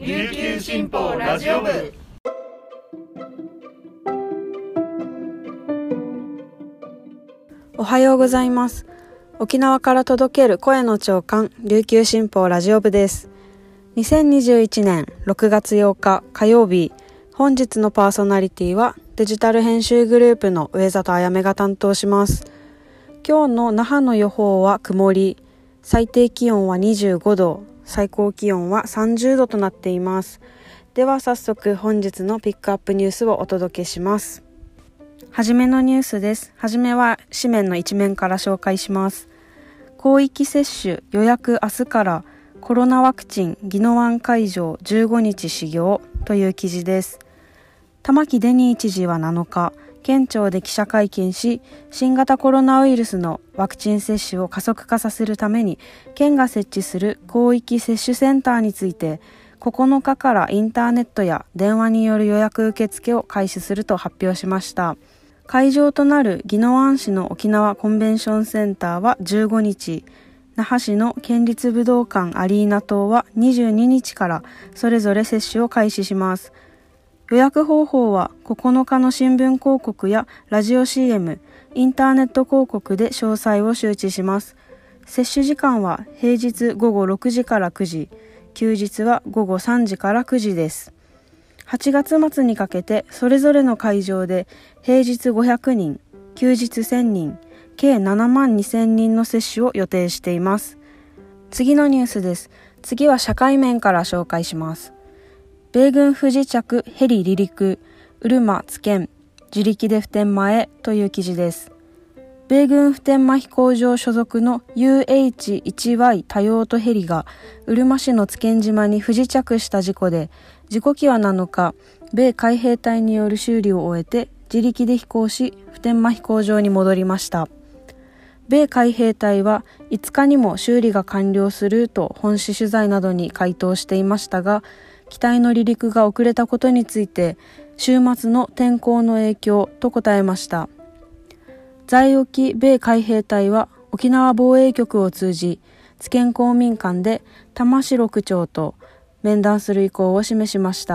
琉球新報ラジオ部。 おはようございます。沖縄から届ける声の朝刊、琉球新報ラジオ部です。2021年6月8日火曜日、本日のパーソナリティはデジタル編集グループの上里あやめが担当します。今日の那覇の予報は曇り、最低気温は25度、最高気温は30度となっています。では早速本日のピックアップニュースをお届けします。はじめのニュースです。はじめは紙面の一面から紹介します。広域接種予約明日からコロナワクチン宜野湾会場15日始業という記事です。玉城デニー知事は7日、県庁で記者会見し、新型コロナウイルスのワクチン接種を加速化させるために、県が設置する広域接種センターについて、9日からインターネットや電話による予約受付を開始すると発表しました。会場となる宜野湾市の沖縄コンベンションセンターは15日、那覇市の県立武道館アリーナ棟は22日からそれぞれ接種を開始します。予約方法は9日の新聞広告やラジオ CM、インターネット広告で詳細を周知します。接種時間は平日午後6時から9時、休日は午後3時から9時です。8月末にかけてそれぞれの会場で平日500人、休日1000人、計7万2000人の接種を予定しています。次のニュースです。次は社会面から紹介します。米軍不時着ヘリ離陸、うるま津堅、自力で普天間へという記事です。米軍普天間飛行場所属の UH-1Y 多用途ヘリがうるま市の津堅島に不時着した事故で、事故機は7日、米海兵隊による修理を終えて自力で飛行し、普天間飛行場に戻りました。米海兵隊は5日にも修理が完了すると本市取材などに回答していましたが、機体の離陸が遅れたことについて、週末の天候の影響と答えました。在沖米海兵隊は沖縄防衛局を通じ、津堅公民館で玉城区長と面談する意向を示しました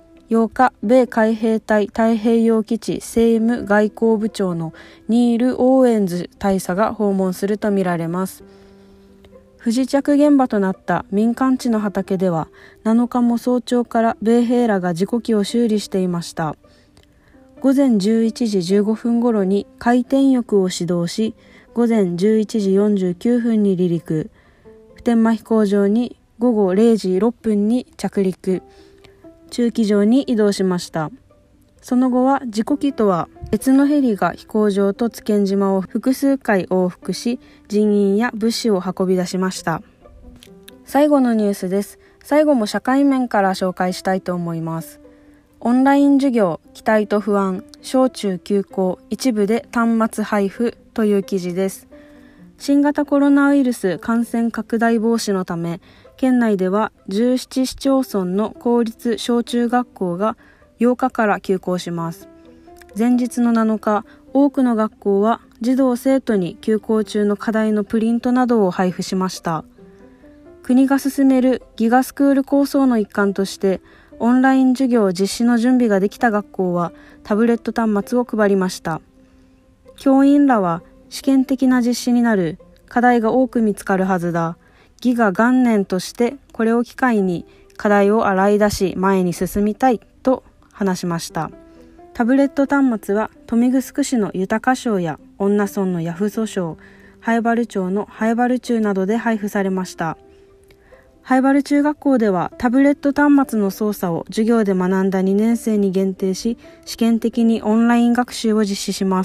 。8日、米海兵隊太平洋基地政務外交部長のニール・オーエンズ大佐が訪問するとみられます。不時着現場となった民間地の畑では、7日も早朝から米兵らが事故機を修理していました。午前11時15分頃に回転翼を始動し、午前11時49分に離陸、普天間飛行場に午後0時6分に着陸、駐機場に移動しました。その後は事故機とは別のヘリが飛行場と津堅島を複数回往復し、人員や物資を運び出しました。最後のニュースです。最後も社会面から紹介したいと思います。オンライン授業、期待と不安、小中休校、一部で端末配布という記事です。新型コロナウイルス感染拡大防止のため、県内では17市町村の公立小中学校が8日から休校します。前日の7日、多くの学校は児童生徒に休校中の課題のプリントなどを配布しました。国が進めるギガスクール構想の一環として、オンライン授業実施の準備ができた学校はタブレット端末を配りました。教員らは試験的な実施になる、課題が多く見つかるはずだ、ギガ元年としてこれを機会に課題を洗い出し前に進みたいと話しました。タブレット端末は豊見城市の豊省や恩納村の八フソ省、南風原町の南風原中などで配布されました。南風原中学校ではタブレット端末の操作を授業で学んだ2年生に限定し、試験的にオンライン学習を実施します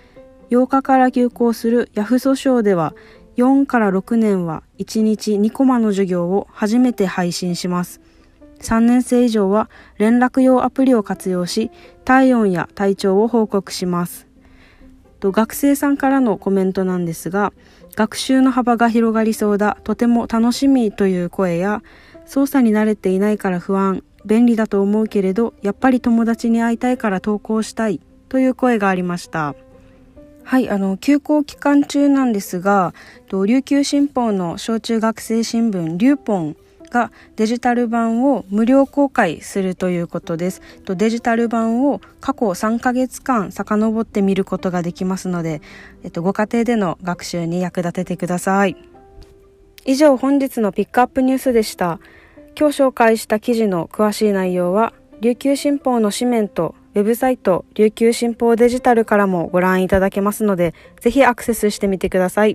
。8日から休校する八フソ省では、4から6年は1日2コマの授業を初めて配信します。3年生以上は連絡用アプリを活用し、体温や体調を報告します。学生さんからのコメントなんですが、学習の幅が広がりそうだ、とても楽しみという声や、操作に慣れていないから不安、便利だと思うけれどやっぱり友達に会いたいから投稿したいという声がありました。はい、休校期間中なんですが、琉球新報の小中学生新聞リューポンがデジタル版を無料公開するということです。デジタル版を過去3ヶ月間遡って見ることができますので、ご家庭での学習に役立ててください。以上、本日のピックアップニュースでした。今日紹介した記事の詳しい内容は琉球新報の紙面とウェブサイト琉球新報デジタルからもご覧いただけますので、ぜひアクセスしてみてください。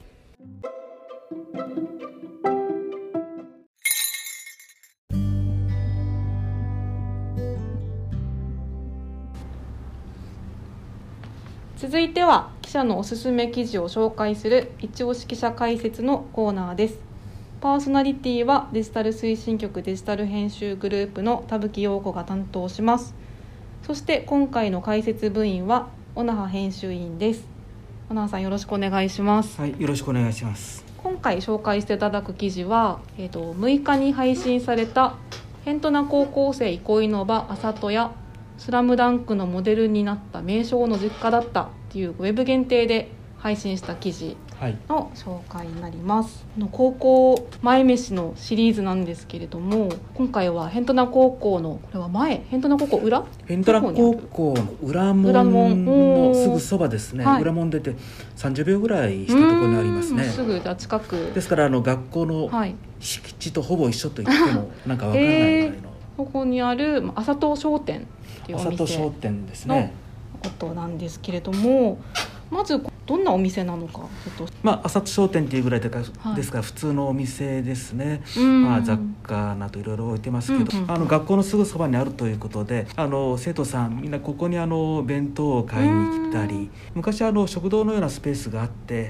続いては記者のおすすめ記事を紹介する一押し記者解説のコーナーです。パーソナリティはデジタル推進局デジタル編集グループの田吹陽子が担当します。そして今回の解説部員は小那覇編集員です。小那覇さん、よろしくお願いします。 はい、よろしくお願いします。 今回紹介していただく記事は、6日に配信された辺土名高校生憩いの場あさとやスラムダンクのモデルになった名称の実家だったっていうウェブ限定で配信した記事の紹介になります。高校前飯のシリーズなんですけれども、今回は辺土名高校の、これは辺土名高校裏辺土名高校の裏門のすぐそばですね、裏門出て30秒ぐらいしたところにありますね。 すぐ近くですから学校の敷地とほぼ一緒と言ってもなんか分からないぐらいの、 ここにあるあさと商店っていうお店商店ですねのことなんですけれども、まずどんなお店なのかあさと商店っていうぐらいですから普通のお店ですね。雑貨などいろいろ置いてますけど、学校のすぐそばにあるということで、生徒さんみんなここに弁当を買いに来たり、昔食堂のようなスペースがあって、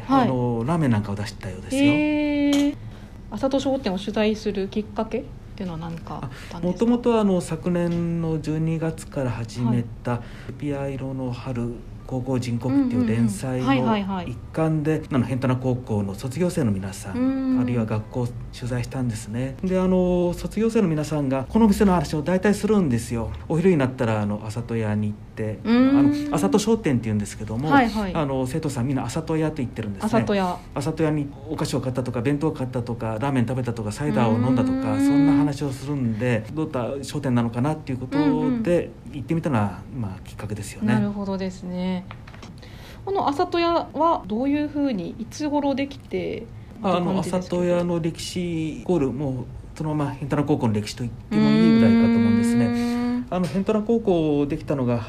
ラーメンなんかを出したようですよ。 あさと商店を取材するきっかけっていうのは何かあったんですか？ もともと昨年の12月から始めたピア色の春高校人国っていう連載の一環で辺土名高校の卒業生の皆さん、あるいは学校を取材したんですね。で卒業生の皆さんがこの店の話を大体するんですよ。お昼になったらあさと屋に行って、あさと商店っていうんですけども、生徒さんみんなあさと屋と言ってるんですね。あさと屋にお菓子を買ったとか弁当を買ったとかラーメン食べたとかサイダーを飲んだとか、そんな話をするんで、どういった商店なのかなっていうことで行ってみたのがきっかけですよね。 なるほどですね。このあさと屋はどういうふうにいつ頃できて、 あさと屋の歴史イコールもうそのまま辺土名高校の歴史と言ってもいいぐらいかと思うんですね。辺土名高校できたのが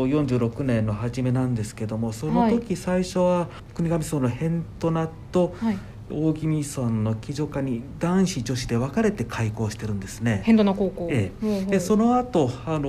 46年の初めなんですけども、その時最初は国頭村の辺土名と、大宜味村の木女科に男子女子で分かれて開校してるんですね。 辺土名高校、 でその後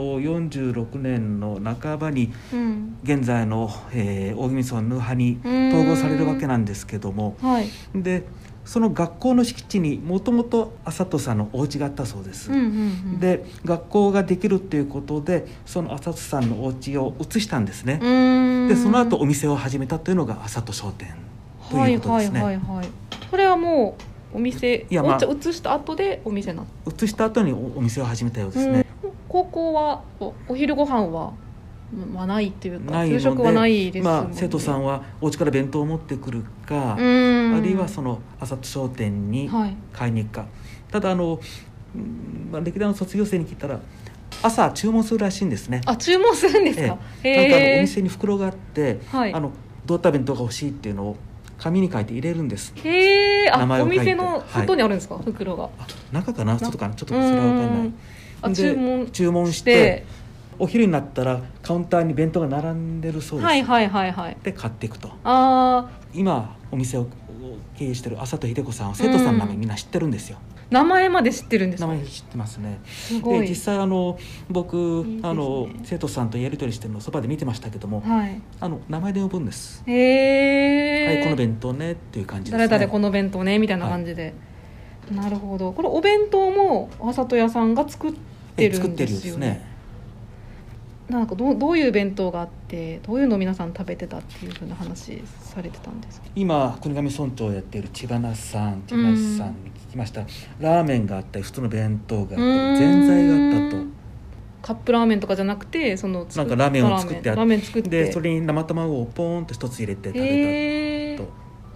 46年の半ばに、現在の、大宜味村ヌハに統合されるわけなんですけども、でその学校の敷地にもともとあさとさんのお家があったそうです。で学校ができるっていうことでそのあさとさんのお家を移したんですね。でその後お店を始めたというのがあさと商店ということですね。 それはもうお店を移した後でお店なの？ 移した後にお店を始めたようですね。 高校はお昼ご飯はないっていうか給食はないですもんね。 生徒さんはお家から弁当を持ってくるか、あるいはそのあさと商店に買いに行くか、ただ歴代の卒業生に聞いたら朝注文するらしいんですね。 注文するんですか？ なんかお店に袋があって、どういった弁当が欲しいっていうのを紙に書いて入れるんです。 名前を書いてお店の外にあるんですか？袋が中かな外かな、ちょっとそれは分かんない。で注文してお昼になったらカウンターに弁当が並んでるそうです。で買っていくと。今お店を経営してる浅戸秀子さんは生徒さんの名前みんな知ってるんですよ。 名前まで知ってるんですか？ 名前知ってますね。 すごい。 で実際僕生徒さんとやり取りしてるのをそばで見てましたけども、名前で呼ぶんです。この弁当ねっていう感じですね。 誰々この弁当ねみたいな感じで、なるほど。これお弁当もあさと屋さんが作ってるんですよね。なんかどういう弁当があってどういうのを皆さん食べてたっていう風な話されてたんですか？ 今国頭村長をやっている千葉さんに聞きました。ラーメンがあったり普通の弁当があったりぜんざいがあったと。 カップラーメンとかじゃなくてなんかラーメンを作ってあって、 でそれに生卵をポーンと一つ入れて食べたと。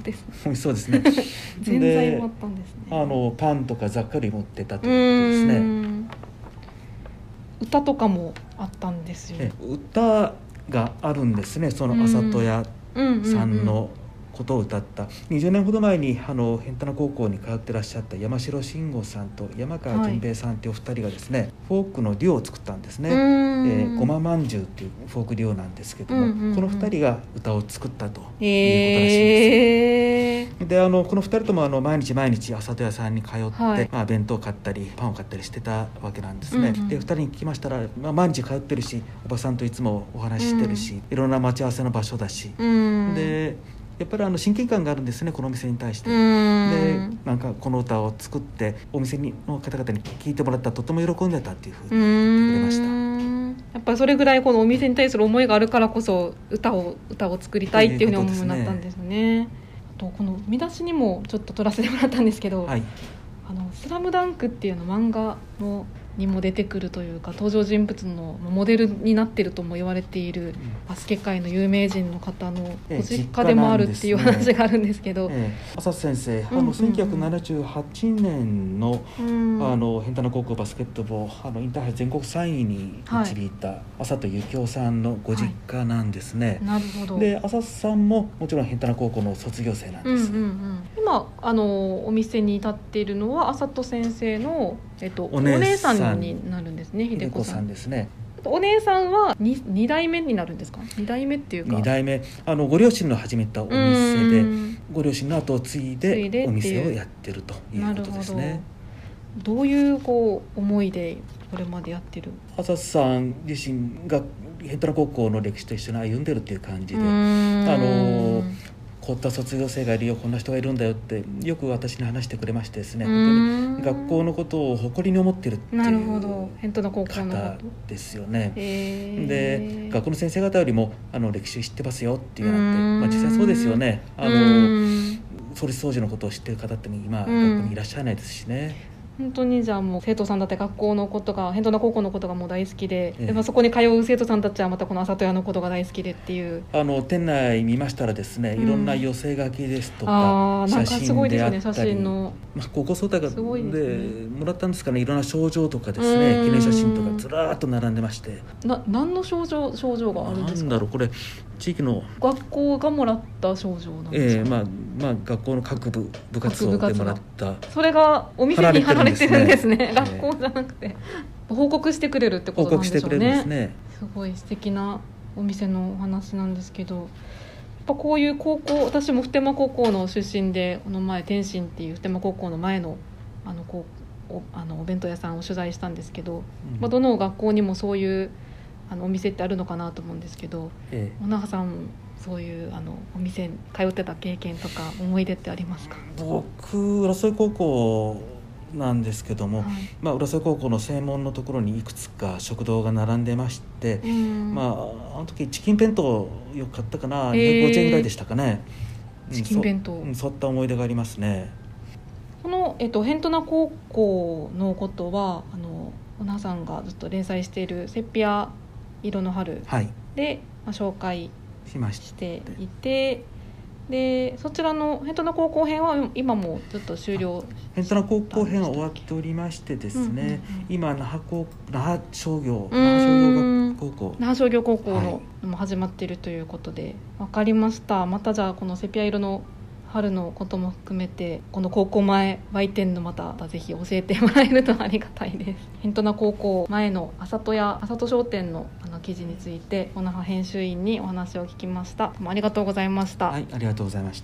ですね。 美味しそうですねぜんざいもあったんですね。 パンとか雑貨類持ってたということですね。 歌とかもあったんですよ。 歌があるんですね。その朝戸屋さんのことを歌った20年ほど前に辺田名高校に通ってらっしゃった山城慎吾さんと山川純平さんというお二人がですね、フォークのデュオを作ったんですね。ごままんじゅうっていうフォークデュオなんですけども、この二人が歌を作ったということらしいです。でこの二人とも毎日朝戸屋さんに通って、弁当を買ったりパンを買ったりしてたわけなんですね。で二人に聞きましたら、毎日通ってるしおばさんといつもお話ししてるし、いろんな待ち合わせの場所だし、でやっぱり親近感があるんですね、このお店に対して。でなんかこの歌を作ってお店の方々に聞いてもらったらとても喜んでたっていうふうに言ってくれました。 やっぱりそれぐらいこのお店に対する思いがあるからこそ歌を作りたいっていうふうに思うようになったんですね。あとこの見出しにもちょっと撮らせてもらったんですけど、スラムダンクっていうの漫画にも出てくるというか、登場人物のモデルになっているとも言われているバスケ界の有名人の方のご実家でもあるっていう話があるんですけど、 朝先生1978年の辺田名高校バスケットボールインターハイ全国3位に導いた朝戸幸男さんのご実家なんですね。 なるほど。 で朝さんももちろん辺田名高校の卒業生なんです。 今お店に立っているのは朝戸先生のお姉さんになるんですね。秀子さんですね。お姉さんは 2代目になるんですか。2代目っていうか 2代目ご両親の始めたお店でご両親の後を継いでお店をやってるということですね。 どういう思いでこれまでやってる。 朝さん自身が辺田名高校の歴史と一緒に歩んでるっていう感じで、こういった卒業生がいるよ、こんな人がいるんだよってよく私に話してくれましてですね、本当に学校のことを誇りに思ってるっていう方ですよね。で学校の先生方よりも歴史知ってますよっていうなんて、実際そうですよね。創立当時のことを知ってる方って今学校にいらっしゃらないですしね。 本当にじゃあもう生徒さんだって学校のことが辺田高校のことがもう大好きで、そこに通う生徒さんたちはまたこの朝戸屋のことが大好きでっていう店内見ましたらですね、いろんな寄せ書きですとか、写真であったり、高校総体でもらったんですかね、いろんな賞状とかですね、記念写真とかずらーっと並んでまして、 何の賞状があるんですか。 なんだろう、これ地域の学校がもらった賞状なんですか。 学校の各部活動でもらった、 それがお店に貼られてるんですね。学校じゃなくて報告してくれるってことなんでしょうね。すごい素敵なお店のお話なんですけど、やっぱこういう高校、私も普天間高校の出身で、この前天津っていう普天間高校の前のお弁当屋さんを取材したんですけど、どの学校にもそういうお店ってあるのかなと思うんですけど、小永さんそういうお店に通ってた経験とか思い出ってありますか。 僕浦添高校なんですけども、浦添高校の正門のところにいくつか食堂が並んでまして、あの時チキン弁当よく買ったかな、250円ぐらいでしたかね。 チキン弁当、 そういった思い出がありますね。 この、辺田名高校のことは小名さんがずっと連載しているセピア色の春で、紹介していて、でそちらの辺田名高校編は今もずっと終了辺田名高校編は終わっておりましてですね、今那覇商業高校のも始まっているということで、分かりました。またじゃあこのセピア色の春のことも含めて、この高校前売店のまたぜひ教えてもらえるとありがたいです。辺田名高校前の朝戸商店の記事について小那覇編集員にお話を聞きました。ありがとうございました。 はい、ありがとうございました。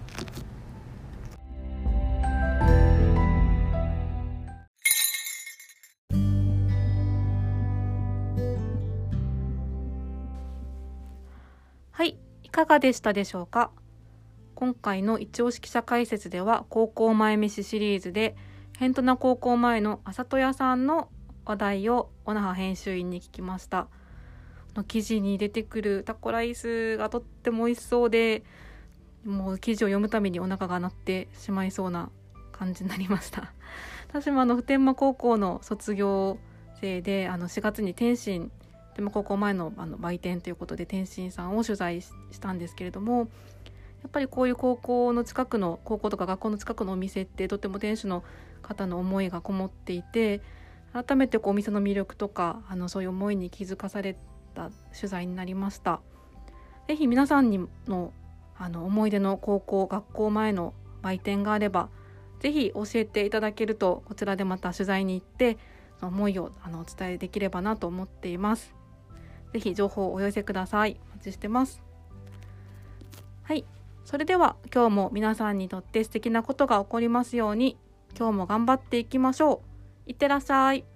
はい、いかがでしたでしょうか。今回の一押し記者解説では、高校前飯シリーズで辺田名高校前の朝戸屋さんの話題を小那覇編集員に聞きました。記事に出てくるタコライスがとっても美味しそうで、もう記事を読むたびにお腹が鳴ってしまいそうな感じになりました。私も普天間高校の卒業生で、4月に天津普天間高校前の売店ということで天津さんを取材したんですけれども、 やっぱりこういう高校とか学校の近くのお店ってとても店主の方の思いがこもっていて、改めてお店の魅力とかそういう思いに気づかされた取材になりました。ぜひ皆さんにの思い出の学校前の売店があればぜひ教えていただけると、こちらでまた取材に行ってその思いをお伝えできればなと思っています。ぜひ情報をお寄せください。お待ちしてます。はい、それでは今日も皆さんにとって素敵なことが起こりますように、今日も頑張っていきましょう。いってらっしゃい。